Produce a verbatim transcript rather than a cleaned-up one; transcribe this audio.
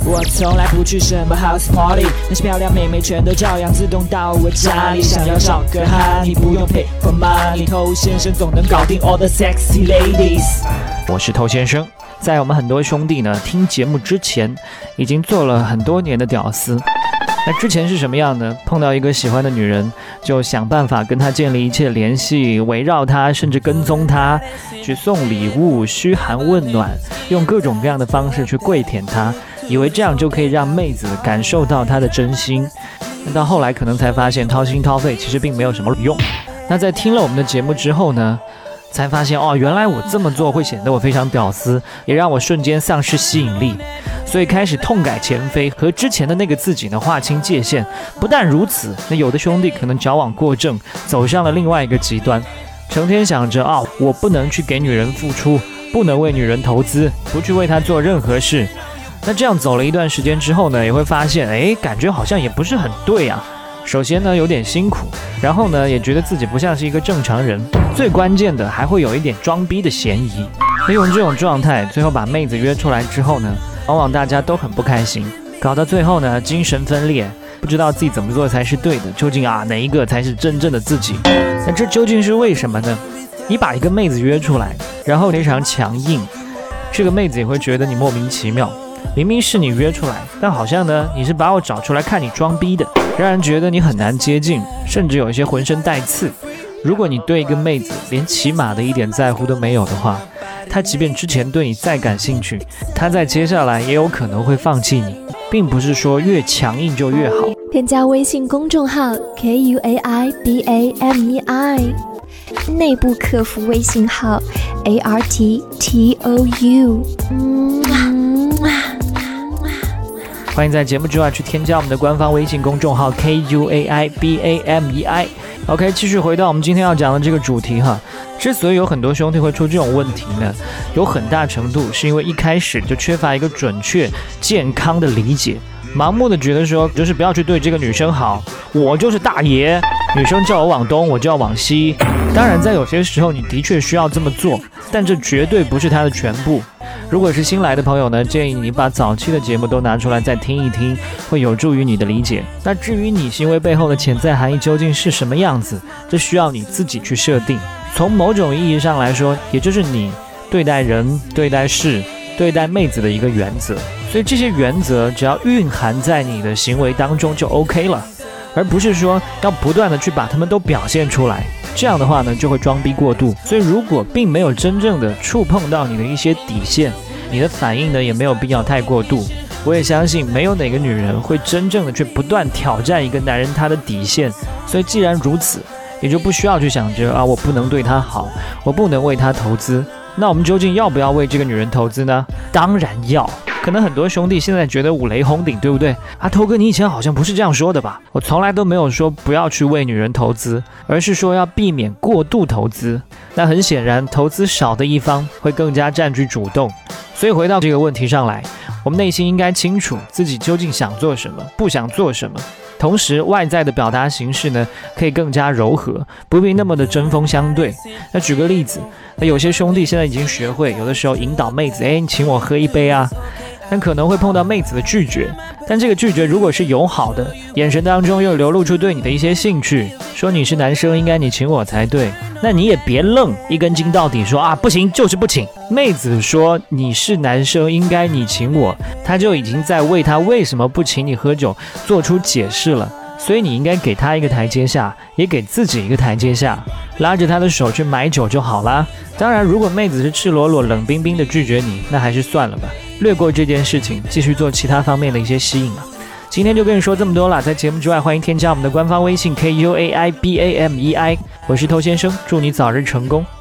我从来不去什么 house party， 那些漂亮妹妹全都照样自动到我家里。想要找个哈，你不用 pay for money， 头先生总能搞定 all the sexy ladies。我是头先生，在我们很多兄弟呢听节目之前，已经做了很多年的屌丝。那之前是什么样呢？碰到一个喜欢的女人，就想办法跟她建立一切联系，围绕她，甚至跟踪她，去送礼物，嘘寒问暖，用各种各样的方式去跪舔她，以为这样就可以让妹子感受到她的真心。但到后来可能才发现，掏心掏肺其实并没有什么用。那在听了我们的节目之后呢，才发现哦，原来我这么做会显得我非常屌丝，也让我瞬间丧失吸引力，所以开始痛改前非，和之前的那个自己呢划清界限。不但如此，那有的兄弟可能矫枉过正，走上了另外一个极端，成天想着啊、哦，我不能去给女人付出，不能为女人投资，不去为她做任何事。那这样走了一段时间之后呢，也会发现，哎，感觉好像也不是很对啊。首先呢有点辛苦，然后呢也觉得自己不像是一个正常人，最关键的还会有一点装逼的嫌疑。利用这种状态，最后把妹子约出来之后呢，往往大家都很不开心，搞到最后呢精神分裂，不知道自己怎么做才是对的，究竟啊哪一个才是真正的自己？那这究竟是为什么呢？你把一个妹子约出来，然后非常强硬，这个妹子也会觉得你莫名其妙。明明是你约出来，但好像呢你是把我找出来看你装逼的，让人觉得你很难接近，甚至有一些浑身带刺。如果你对一个妹子连起码的一点在乎都没有的话，她即便之前对你再感兴趣，她在接下来也有可能会放弃你，并不是说越强硬就越好。 添加微信公众号 K U A I B A M E I， 内部客服微信号 A R T T O U。嗯欢迎在节目之外去添加我们的官方微信公众号 K U A I B A M E I。OK， 继续回到我们今天要讲的这个主题哈。之所以有很多兄弟会出这种问题呢，有很大程度是因为一开始就缺乏一个准确健康的理解，盲目的觉得说就是不要去对这个女生好，我就是大爷，女生叫我往东我就要往西。当然在有些时候你的确需要这么做，但这绝对不是它的全部。如果是新来的朋友呢，建议你把早期的节目都拿出来再听一听，会有助于你的理解。那至于你行为背后的潜在含义究竟是什么样子，这需要你自己去设定。从某种意义上来说，也就是你对待人、对待事、对待妹子的一个原则。所以这些原则只要蕴含在你的行为当中就 OK 了，而不是说要不断的去把它们都表现出来。这样的话呢，就会装逼过度。所以如果并没有真正的触碰到你的一些底线，你的反应呢也没有必要太过度。我也相信没有哪个女人会真正的去不断挑战一个男人他的底线。所以既然如此，也就不需要去想着啊，我不能对她好，我不能为她投资。那我们究竟要不要为这个女人投资呢？当然要。可能很多兄弟现在觉得五雷轰顶，对不对？啊，头哥你以前好像不是这样说的吧？我从来都没有说不要去为女人投资，而是说要避免过度投资。那很显然投资少的一方会更加占据主动。所以回到这个问题上来，我们内心应该清楚自己究竟想做什么，不想做什么。同时外在的表达形式呢可以更加柔和，不必那么的针锋相对。那举个例子，那有些兄弟现在已经学会有的时候引导妹子，哎，你请我喝一杯啊，但可能会碰到妹子的拒绝。但这个拒绝如果是友好的，眼神当中又流露出对你的一些兴趣，说你是男生应该你请我才对，那你也别愣，一根筋到底说啊不行就是不请。妹子说你是男生应该你请我，他就已经在为他为什么不请你喝酒做出解释了。所以你应该给他一个台阶下，也给自己一个台阶下，拉着他的手去买酒就好啦。当然如果妹子是赤裸裸冷冰冰的拒绝你，那还是算了吧，略过这件事情，继续做其他方面的一些吸引吧。今天就跟你说这么多了，在节目之外欢迎添加我们的官方微信 K U A I B A M E I， 我是头先生，祝你早日成功。